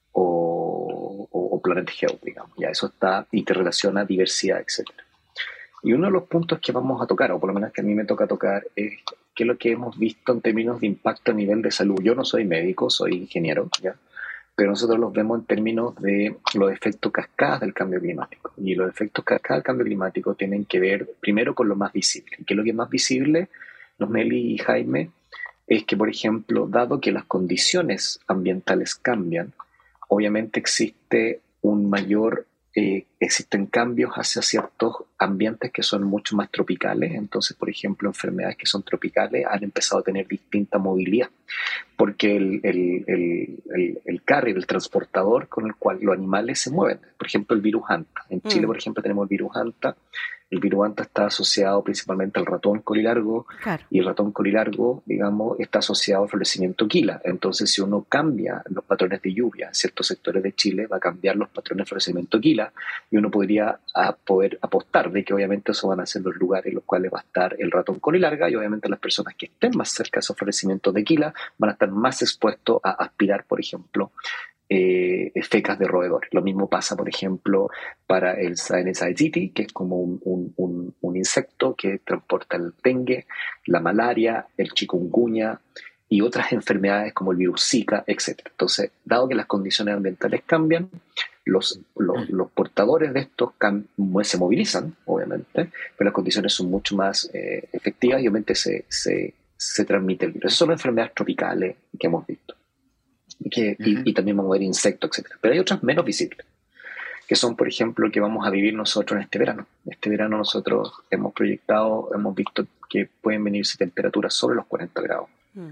o, o, o Planet Health, digamos. Ya eso está interrelaciona diversidad, etcétera. Y uno de los puntos que vamos a tocar, o por lo menos que a mí me toca tocar, es qué es lo que hemos visto en términos de impacto a nivel de salud. Yo no soy médico, soy ingeniero, ¿ya? Pero nosotros los vemos en términos de los efectos cascadas del cambio climático. Y los efectos cascadas del cambio climático tienen que ver primero con lo más visible. ¿Qué es lo que es más visible, los Meli y Jaime? Es que, por ejemplo, dado que las condiciones ambientales cambian, obviamente existe un mayor... Eh, existen cambios hacia ciertos ambientes que son mucho más tropicales. Entonces, por ejemplo, enfermedades que son tropicales han empezado a tener distinta movilidad, porque el, el, el, el, el carrier, el transportador con el cual los animales se mueven, por ejemplo, el virus Hanta. En Chile, mm. por ejemplo, tenemos el virus Hanta. El virus Hanta está asociado principalmente al ratón colilargo, claro. Y el ratón colilargo, digamos, está asociado al florecimiento quila. Entonces, si uno cambia los patrones de lluvia en ciertos sectores de Chile, va a cambiar los patrones de florecimiento quila, y uno podría a poder apostar de que obviamente esos van a ser los lugares en los cuales va a estar el ratón colilarga, y obviamente las personas que estén más cerca de esos florecimientos de quila van a estar más expuestos a aspirar, por ejemplo, Eh, fecas de roedores. Lo mismo pasa, por ejemplo, para el Saenesitis, que es como un, un, un, un insecto que transporta el dengue, la malaria, el chikungunya y otras enfermedades como el virus Zika, etcétera. Entonces, dado que las condiciones ambientales cambian, los, los, los portadores de estos cam- se movilizan, obviamente, pero las condiciones son mucho más eh, efectivas y obviamente se, se, se transmite el virus. Esas son las enfermedades tropicales que hemos visto. Y, que, uh-huh. y, y también vamos a ver insectos, etcétera. Pero hay otras menos visibles, que son, por ejemplo, que vamos a vivir nosotros en este verano. Este verano nosotros hemos proyectado, hemos visto que pueden venirse temperaturas sobre los cuarenta grados. Uh-huh.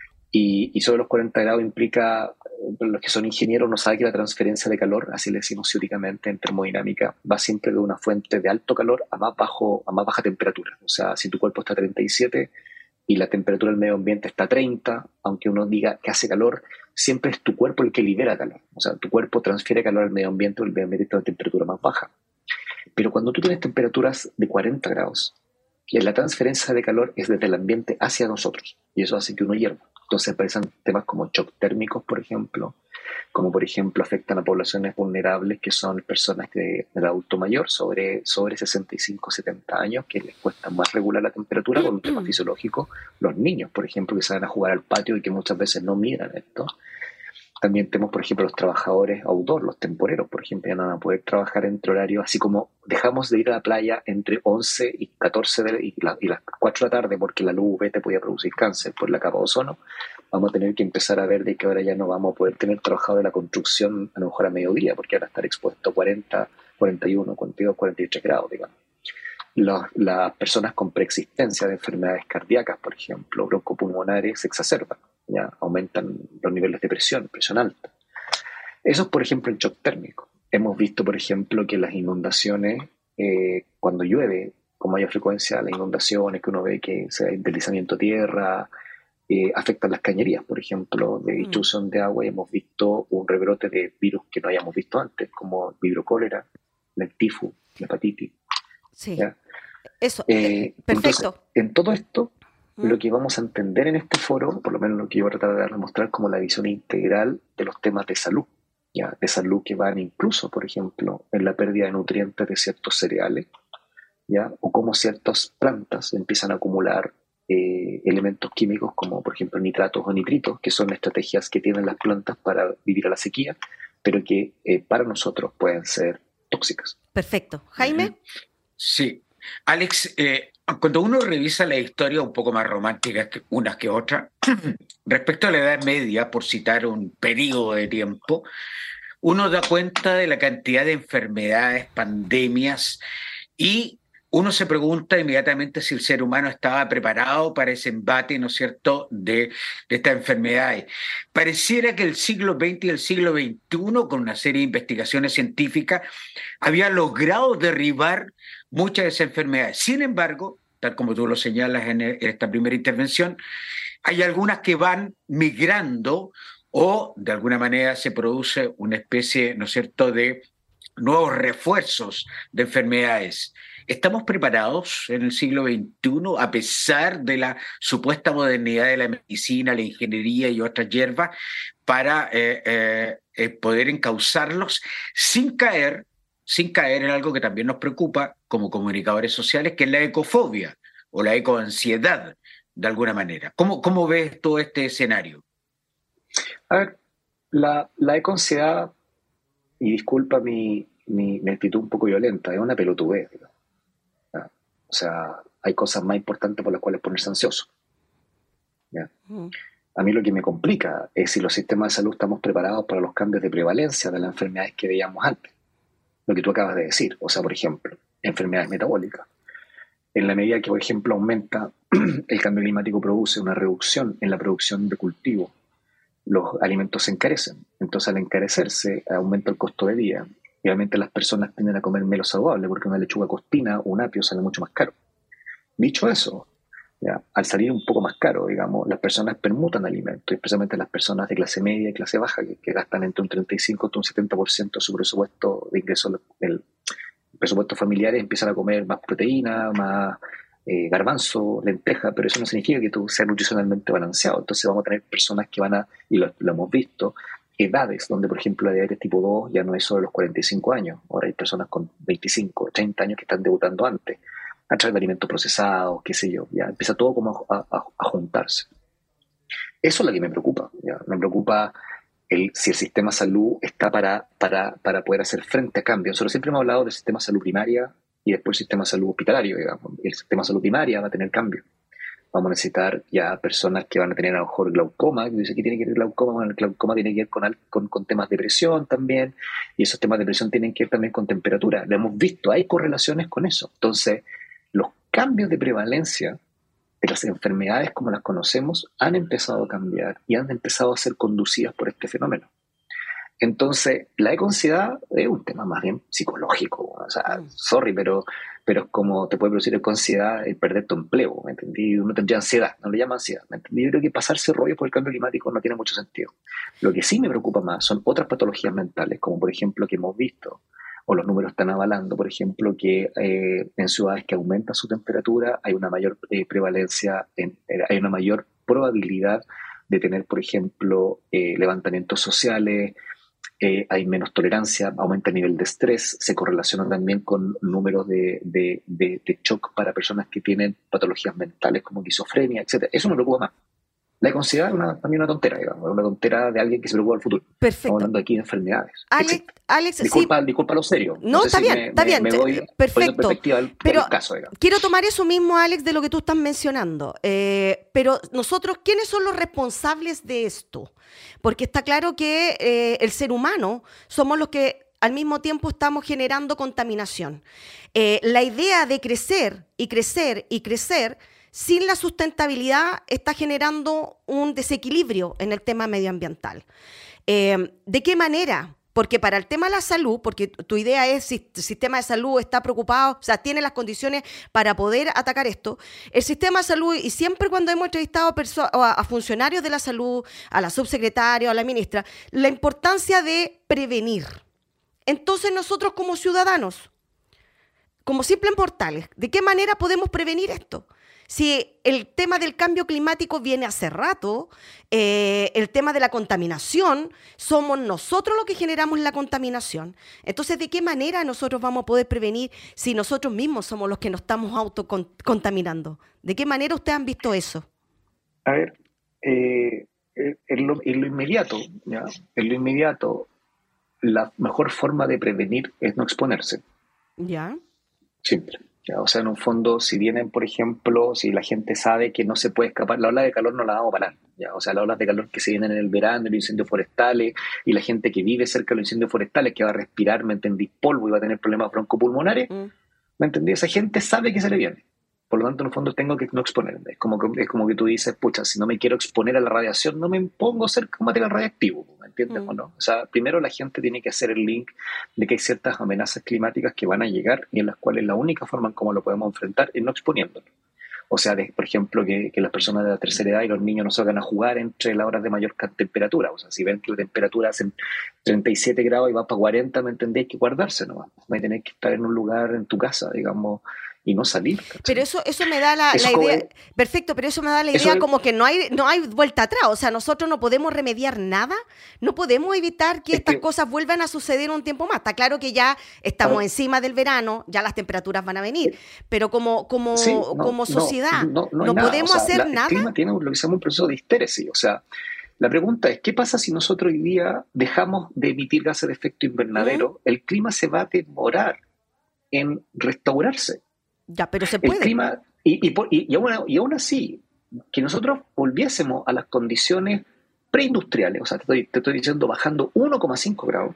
Y, y sobre los cuarenta grados implica, los que son ingenieros no saben que la transferencia de calor, así le decimos ciúticamente en termodinámica, va siempre de una fuente de alto calor a más, bajo, a más baja temperatura. O sea, si tu cuerpo está a treinta y siete y la temperatura del medio ambiente está a treinta, aunque uno diga que hace calor, siempre es tu cuerpo el que libera calor. O sea, tu cuerpo transfiere calor al medio ambiente o el medio ambiente está a una temperatura más baja. Pero cuando tú tienes temperaturas de cuarenta grados, la transferencia de calor es desde el ambiente hacia nosotros, y eso hace que uno hierva. Entonces aparecen temas como shock térmicos, por ejemplo, como por ejemplo afectan a poblaciones vulnerables que son personas de, del adulto mayor, sobre, sobre sesenta y cinco, setenta años, que les cuesta más regular la temperatura por un tema fisiológico. Los niños, por ejemplo, que salen a jugar al patio y que muchas veces no miran esto. También tenemos, por ejemplo, los trabajadores outdoor, los temporeros, por ejemplo, ya no van a poder trabajar entre horarios, así como dejamos de ir a la playa entre once y catorce de, y, la, y las cuatro de la tarde porque la luz U V te podía producir cáncer por la capa de ozono. Vamos a tener que empezar a ver de que ahora ya no vamos a poder tener trabajadores de la construcción a lo mejor a mediodía, porque van a estar expuestos a cuarenta, cuarenta y uno, cuarenta y dos, cuarenta y tres grados, digamos. Los, las personas con preexistencia de enfermedades cardíacas, por ejemplo, broncopulmonares, se exacerban, ya aumentan los niveles de presión, presión alta. Eso es, por ejemplo, el shock térmico. Hemos visto, por ejemplo, que las inundaciones, eh, cuando llueve, con mayor frecuencia, las inundaciones, que uno ve que se hay deslizamiento de tierra, eh, afectan las cañerías, por ejemplo, de distribución de agua, y hemos visto un rebrote de virus que no habíamos visto antes, como el vibrocólera, el tifus, la hepatitis. Sí. ¿Ya? Eso, eh, perfecto. Entonces, en todo esto, ¿Mm? lo que vamos a entender en este foro, por lo menos lo que yo voy a tratar de demostrar como la visión integral de los temas de salud, ¿ya? De salud que van incluso, por ejemplo, en la pérdida de nutrientes de ciertos cereales, ¿ya? O cómo ciertas plantas empiezan a acumular eh, elementos químicos como, por ejemplo, nitratos o nitritos, que son estrategias que tienen las plantas para vivir a la sequía, pero que eh, para nosotros pueden ser tóxicas. Perfecto. Jaime. Sí. Alex, eh, cuando uno revisa la historia un poco más romántica que unas que otras, respecto a la Edad Media, por citar un periodo de tiempo, uno da cuenta de la cantidad de enfermedades, pandemias, y uno se pregunta inmediatamente si el ser humano estaba preparado para ese embate, ¿no es cierto?, de, de estas enfermedades. Pareciera que el siglo veinte y el siglo veintiuno, con una serie de investigaciones científicas, había logrado derribar muchas de esas enfermedades. Sin embargo, tal como tú lo señalas en, en esta primera intervención, hay algunas que van migrando o de alguna manera se produce una especie, ¿no es cierto?, de nuevos refuerzos de enfermedades. ¿Estamos preparados en el siglo veintiuno, a pesar de la supuesta modernidad de la medicina, la ingeniería y otras hierbas, para eh, eh, eh, poder encauzarlos sin caer, sin caer en algo que también nos preocupa como comunicadores sociales, que es la ecofobia o la ecoansiedad, de alguna manera? ¿Cómo, cómo ves todo este escenario? A ver, la, la ecoansiedad, y disculpa mi, mi, mi actitud un poco violenta, es una pelotudez, digamos. O sea, hay cosas más importantes por las cuales ponerse ansioso. ¿Ya? Mm. A mí lo que me complica es si los sistemas de salud estamos preparados para los cambios de prevalencia de las enfermedades que veíamos antes. Lo que tú acabas de decir. O sea, por ejemplo, enfermedades metabólicas. En la medida que, por ejemplo, aumenta el cambio climático, produce una reducción en la producción de cultivo, los alimentos se encarecen. Entonces, al encarecerse, aumenta el costo de vida. Y obviamente las personas tienden a comer menos saludable porque una lechuga costina o un apio sale mucho más caro. Dicho eso, ya, al salir un poco más caro, digamos, las personas permutan alimentos, especialmente las personas de clase media y clase baja, que, que gastan entre un treinta y cinco y un setenta por ciento de su presupuesto de ingresos del presupuesto familiares, empiezan a comer más proteína, más eh, garbanzo, lenteja, pero eso no significa que tú seas nutricionalmente balanceado. Entonces vamos a tener personas que van a, y lo, lo hemos visto, edades donde, por ejemplo, la diabetes tipo dos ya no es solo los cuarenta y cinco años. Ahora hay personas con veinticinco, treinta años que están debutando antes, a través de alimentos procesados, qué sé yo. Ya empieza todo como a, a, a juntarse. Eso es lo que me preocupa. ¿ya? Me preocupa el, si el sistema de salud está para, para, para poder hacer frente a cambios. Nosotros siempre hemos hablado del sistema de salud primaria y después el sistema de salud hospitalario, digamos. El sistema de salud primaria va a tener cambios. Vamos a necesitar ya personas que van a tener a lo mejor glaucoma, que dice que tiene que ver glaucoma, bueno, el glaucoma tiene que ver con, con, con temas de presión también, y esos temas de presión tienen que ver también con temperatura. Lo hemos visto, hay correlaciones con eso. Entonces, los cambios de prevalencia de las enfermedades como las conocemos han empezado a cambiar y han empezado a ser conducidas por este fenómeno. Entonces, la ecoansiedad es un tema más bien psicológico, o sea, sorry, pero, pero es como te puede producir ecoansiedad el perder tu empleo, ¿me entendí? Uno tendría ansiedad, no le llama ansiedad, ¿me entendí? Yo creo que pasarse rollo por el cambio climático no tiene mucho sentido. Lo que sí me preocupa más son otras patologías mentales, como por ejemplo que hemos visto, o los números están avalando, por ejemplo, que eh, en ciudades que aumentan su temperatura hay una mayor eh, prevalencia, en, eh, hay una mayor probabilidad de tener, por ejemplo, eh, levantamientos sociales, Eh, hay menos tolerancia, aumenta el nivel de estrés, se correlaciona también con números de, de, de, de shock para personas que tienen patologías mentales como esquizofrenia, etcétera. Eso me preocupa más. La ecoansiedad es una, también una tontera, digamos, una tontera de alguien que se preocupa del futuro. Perfecto. Estamos hablando aquí de enfermedades. Alex, Alex disculpa, sí. disculpa lo serio. No, no sé está, si bien, me, está me, bien, me voy, perfecto. Del, pero del caso, digamos. Quiero tomar eso mismo, Alex, de lo que tú estás mencionando. Eh, pero nosotros, ¿quiénes son los responsables de esto? Porque está claro que eh, el ser humano somos los que al mismo tiempo estamos generando contaminación. Eh, la idea de crecer y crecer y crecer sin la sustentabilidad está generando un desequilibrio en el tema medioambiental. Eh, ¿De qué manera? Porque para el tema de la salud, porque tu idea es si el sistema de salud está preocupado, o sea, tiene las condiciones para poder atacar esto, el sistema de salud, y siempre cuando hemos entrevistado a, a funcionarios de la salud, a la subsecretaria, a la ministra, la importancia de prevenir. Entonces nosotros como ciudadanos, como simples mortales, ¿de qué manera podemos prevenir esto? Si el tema del cambio climático viene hace rato, eh, el tema de la contaminación, somos nosotros los que generamos la contaminación. Entonces, ¿de qué manera nosotros vamos a poder prevenir si nosotros mismos somos los que nos estamos autocontaminando? ¿De qué manera ustedes han visto eso? A ver, eh, en, lo, en lo inmediato, ¿ya? En lo inmediato, la mejor forma de prevenir es no exponerse. ¿Ya? Simple. ¿Ya? O sea, en un fondo, si vienen, por ejemplo, si la gente sabe que no se puede escapar, la ola de calor no la vamos a parar. ¿Ya? O sea, las olas de calor que se vienen en el verano, los incendios forestales, y la gente que vive cerca de los incendios forestales, que va a respirar, ¿me entendí?, polvo y va a tener problemas broncopulmonares, mm. ¿me entendí? Esa gente sabe que se le viene. Por lo tanto, en el fondo, tengo que no exponerme. Es como que, es como que tú dices, pucha, si no me quiero exponer a la radiación, no me pongo cerca de un material radiactivo, ¿me entiendes mm. o no? O sea, primero la gente tiene que hacer el link de que hay ciertas amenazas climáticas que van a llegar y en las cuales la única forma en cómo lo podemos enfrentar es no exponiéndonos. O sea, de, por ejemplo, que, que las personas de la tercera edad y los niños no salgan a jugar entre las horas de mayor temperatura. O sea, si ven que la temperatura hace treinta y siete grados y va para cuarenta, ¿me entendés? Hay que guardarse nomás. Va a tener que estar en un lugar en tu casa, digamos, y no salir. ¿Cachai? Pero eso eso me da la, la idea, es, perfecto, pero eso me da la idea es, como que no hay no hay vuelta atrás, o sea, nosotros no podemos remediar nada, no podemos evitar que estas que, cosas vuelvan a suceder un tiempo más. Está claro que ya estamos ah, encima del verano, ya las temperaturas van a venir, pero como como, sí, no, como sociedad no, no, no, no podemos o sea, hacer la, nada. El clima tiene lo que se llama un proceso de histéresis, o sea, la pregunta es, ¿qué pasa si nosotros hoy día dejamos de emitir gases de efecto invernadero? ¿Mm? El clima se va a demorar en restaurarse. Ya, pero se puede. El clima, y, y, y, y, aún, y aún así, que nosotros volviésemos a las condiciones preindustriales, o sea, te estoy, te estoy diciendo bajando uno coma cinco grados,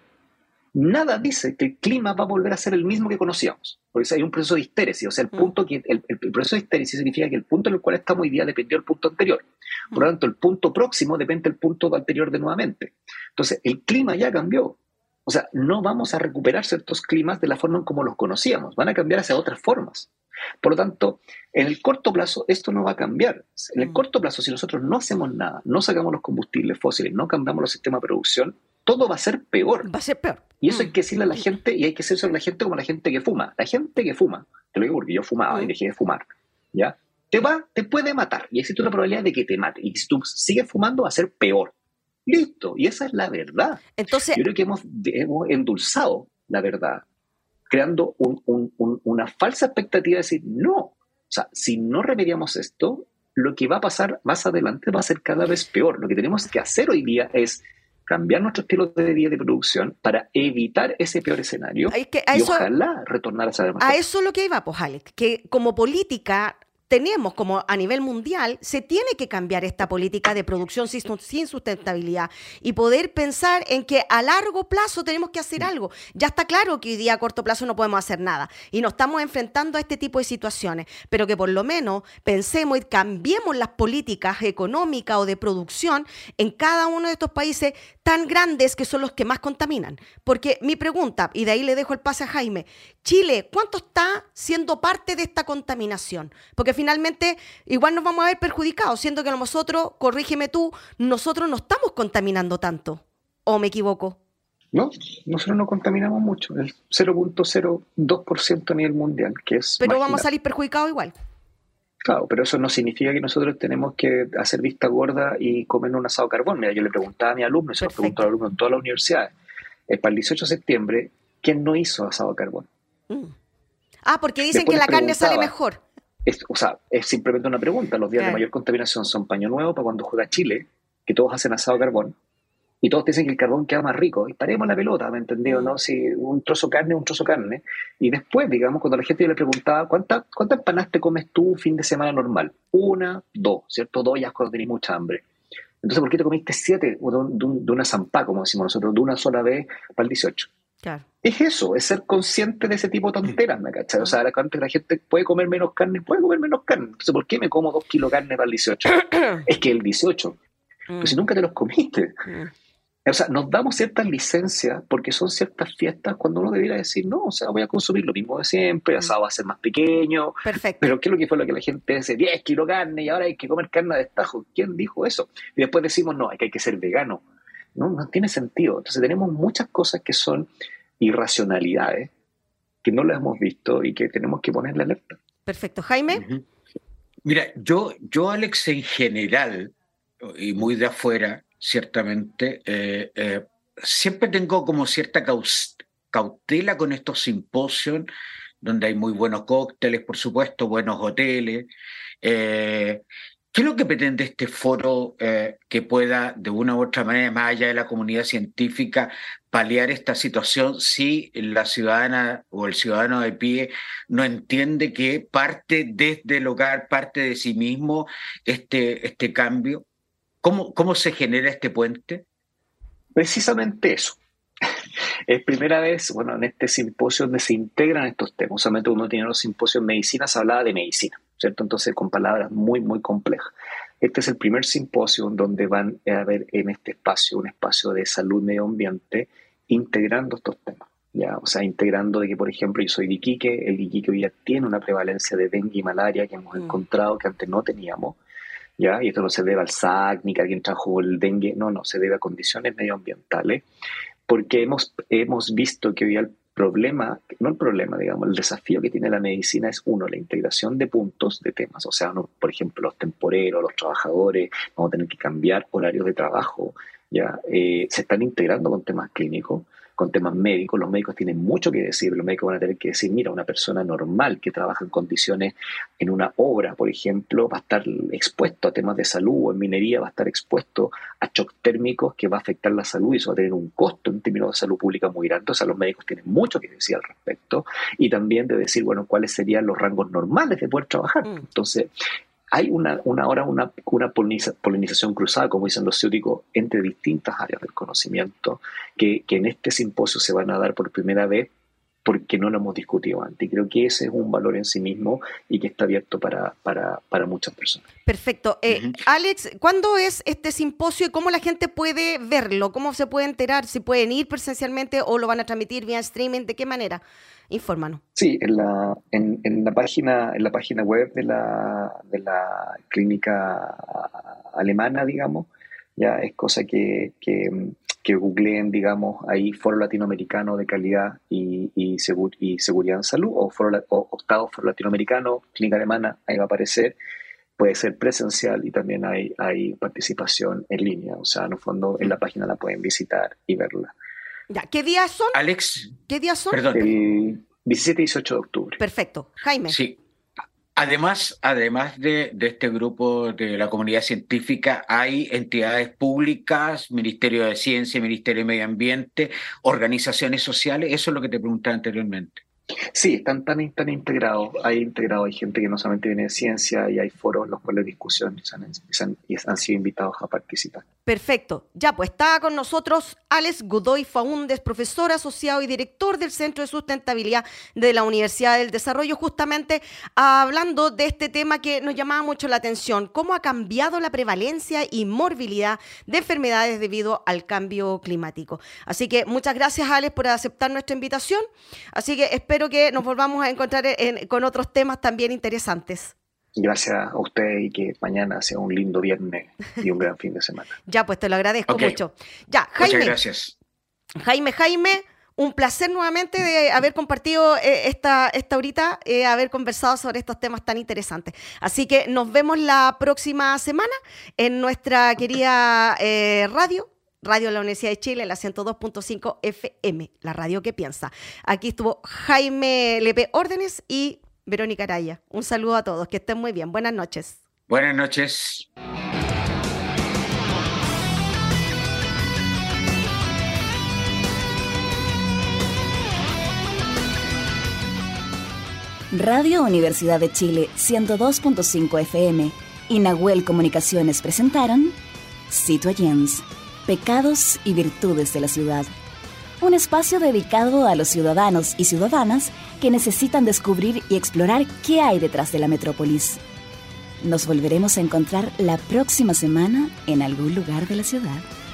nada dice que el clima va a volver a ser el mismo que conocíamos. Porque hay un proceso de histéresis, o sea, el, punto que, el, el, el proceso de histéresis significa que el punto en el cual estamos hoy día dependió del punto anterior. Por lo tanto, el punto próximo depende del punto anterior de nuevamente. Entonces, el clima ya cambió. O sea, no vamos a recuperar ciertos climas de la forma en como los conocíamos, van a cambiar hacia otras formas. Por lo tanto, en el corto plazo esto no va a cambiar. En el corto plazo, si nosotros no hacemos nada, no sacamos los combustibles fósiles, no cambiamos los sistemas de producción, todo va a ser peor. Va a ser peor. Y eso hay que decirle a la gente, y hay que decirlo a la gente como a la gente que fuma. La gente que fuma, te lo digo porque yo fumaba mm. y dejé de fumar, ¿ya? Te va, te puede matar, y existe una probabilidad de que te mate. Y si tú sigues fumando, va a ser peor. Listo, y esa es la verdad. Entonces, yo creo que hemos, hemos endulzado la verdad, creando un, un, un, una falsa expectativa de decir, no, o sea, si no remediamos esto, lo que va a pasar más adelante va a ser cada vez peor. Lo que tenemos que hacer hoy día es cambiar nuestro estilo de vida y de producción para evitar ese peor escenario Es que a y eso- ojalá retornar a esa demanda. A eso es lo que iba, pues, Alex, que como política tenemos, como a nivel mundial, se tiene que cambiar esta política de producción sin, sin sustentabilidad y poder pensar en que a largo plazo tenemos que hacer algo. Ya está claro que hoy día a corto plazo no podemos hacer nada y nos estamos enfrentando a este tipo de situaciones, pero que por lo menos pensemos y cambiemos las políticas económicas o de producción en cada uno de estos países tan grandes que son los que más contaminan. Porque mi pregunta, y de ahí le dejo el pase a Jaime, Chile, ¿cuánto está siendo parte de esta contaminación? Porque finalmente igual nos vamos a ver perjudicados, siendo que nosotros, corrígeme tú, nosotros no estamos contaminando tanto. ¿O me equivoco? No, nosotros no contaminamos mucho, el cero punto cero dos por ciento a nivel mundial, que es Pero marginal. vamos a salir perjudicados igual. Claro, pero eso no significa que nosotros tenemos que hacer vista gorda y comer un asado carbón. Mira, yo le preguntaba a mis alumnos, y se lo Perfecto. pregunto a los alumnos en todas las universidades, eh, para el dieciocho de septiembre, ¿quién no hizo asado carbón? Mm. Ah, porque dicen Después que la les carne sale preguntaba. mejor. Es, o sea, es simplemente una pregunta. Los días Claro. de mayor contaminación son paño nuevo para cuando juega Chile, que todos hacen asado carbón, y todos dicen que el carbón queda más rico. Y paremos la pelota, ¿me entendido? Mm. ¿No? Si un trozo de carne es un trozo de carne. Y después, digamos, cuando la gente le preguntaba, ¿cuántas cuántas empanadas te comes tú un fin de semana normal? Una, dos, ¿cierto? Dos ya es cuando tenés mucha hambre. Entonces, ¿por qué te comiste siete o de, un- de un- de una zampá, como decimos nosotros, de una sola vez para el dieciocho? Claro. Es eso, es ser consciente de ese tipo de tonteras, ¿me cachai? O sea, la, la gente puede comer menos carne, puede comer menos carne. Entonces, ¿por qué me como dos kilos de carne para el dieciocho? Es que el dieciocho, pero si nunca te los comiste. Mm. O sea, nos damos ciertas licencias porque son ciertas fiestas cuando uno debiera decir, no, o sea, voy a consumir lo mismo de siempre, el asado va a ser más pequeño. Perfecto. Pero ¿qué es lo que fue lo que la gente dice? diez kilos de carne y ahora hay que comer carne a destajo. ¿Quién dijo eso? Y después decimos, no, que hay que ser vegano. No, no tiene sentido. Entonces tenemos muchas cosas que son irracionalidades que no las hemos visto y que tenemos que ponerle alerta. Perfecto. Jaime. Ujú. Mira, yo, yo, Alex, en general, y muy de afuera, ciertamente, eh, eh, siempre tengo como cierta caus- cautela con estos simposios, donde hay muy buenos cócteles, por supuesto, buenos hoteles. Eh, ¿Qué es lo que pretende este foro eh, que pueda, de una u otra manera, más allá de la comunidad científica, paliar esta situación si la ciudadana o el ciudadano de pie no entiende que parte desde el hogar, parte de sí mismo este, este cambio? ¿Cómo, ¿Cómo se genera este puente? Precisamente eso. Es primera vez, bueno, en este simposio donde se integran estos temas. Usualmente uno tiene los simposios en medicina, se hablaba de medicina, ¿cierto? Entonces, con palabras muy, muy complejas. Este es el primer simposio donde van a haber en este espacio, un espacio de salud, medio ambiente, integrando estos temas. ¿Ya? O sea, integrando de que, por ejemplo, yo soy de Iquique, el Iquique hoy ya tiene una prevalencia de dengue y malaria que hemos Mm. encontrado que antes no teníamos. ¿Ya? Y esto no se debe al S A C ni que alguien trajo el dengue, no, no, se debe a condiciones medioambientales, porque hemos, hemos visto que hoy el problema, no el problema, digamos, el desafío que tiene la medicina es, uno, la integración de puntos de temas, o sea, no, por ejemplo, los temporeros, los trabajadores, vamos a tener que cambiar horarios de trabajo, ¿ya? Eh, se están integrando con temas clínicos, con temas médicos, los médicos tienen mucho que decir, los médicos van a tener que decir, mira, una persona normal que trabaja en condiciones en una obra, por ejemplo, va a estar expuesto a temas de salud, o en minería va a estar expuesto a shock térmicos que va a afectar la salud y eso va a tener un costo en términos de salud pública muy grande. O sea, los médicos tienen mucho que decir al respecto y también de decir, bueno, cuáles serían los rangos normales de poder trabajar. Mm. Entonces, hay una, una ahora una, una poliniza- polinización cruzada, como dicen los ciúticos, entre distintas áreas del conocimiento que, que en este simposio se van a dar por primera vez porque no lo hemos discutido antes. Y creo que ese es un valor en sí mismo y que está abierto para, para, para muchas personas. Perfecto. Eh, Ujú. Alex, ¿cuándo es este simposio y cómo la gente puede verlo? ¿Cómo se puede enterar? ¿Si pueden ir presencialmente o lo van a transmitir vía streaming? ¿De qué manera? Infórmanos. Sí, en la, en, en la página, en la página web de la, de la clínica alemana, digamos, ya es cosa que, que, que googleen, digamos, ahí Foro Latinoamericano de Calidad y, y, Segur, y Seguridad en Salud, o, foro, o Octavo Foro Latinoamericano, Clínica Alemana, ahí va a aparecer. Puede ser presencial y también hay, hay participación en línea, o sea, en el fondo en la página la pueden visitar y verla. Ya, ¿qué días son? Alex, ¿Qué días son? perdón. El diecisiete y dieciocho de octubre. Perfecto. Jaime. Sí. Además, además de, de este grupo de la comunidad científica, hay entidades públicas, Ministerio de Ciencia, Ministerio de Medio Ambiente, organizaciones sociales. Eso es lo que te preguntaba anteriormente. Sí, están tan, tan integrados. Hay integrados, hay gente que no solamente viene de ciencia y hay foros en los cuales discusiones y han, han, y han sido invitados a participar. Perfecto. Ya, pues está con nosotros Alex Godoy Faúndez, profesor asociado y director del Centro de Sustentabilidad de la Universidad del Desarrollo, justamente hablando de este tema que nos llamaba mucho la atención, cómo ha cambiado la prevalencia y morbilidad de enfermedades debido al cambio climático. Así que muchas gracias, Alex, por aceptar nuestra invitación. Así que espero que nos volvamos a encontrar en, con otros temas también interesantes. Gracias a usted y que mañana sea un lindo viernes y un gran fin de semana. Ya, pues te lo agradezco okay. mucho. Ya, Jaime. Muchas gracias. Jaime, Jaime, un placer nuevamente de haber compartido eh, esta, esta horita, eh, haber conversado sobre estos temas tan interesantes. Así que nos vemos la próxima semana en nuestra querida eh, radio. Radio de la Universidad de Chile, la ciento dos punto cinco F M, la radio que piensa. Aquí estuvo Jaime Lepe Órdenes y Verónica Araya. Un saludo a todos, que estén muy bien. Buenas noches. Buenas noches. Radio Universidad de Chile, ciento dos punto cinco F M y Nahuel Comunicaciones presentaron Citoyens, Pecados y Virtudes de la Ciudad. Un espacio dedicado a los ciudadanos y ciudadanas que necesitan descubrir y explorar qué hay detrás de la metrópolis. Nos volveremos a encontrar la próxima semana en algún lugar de la ciudad.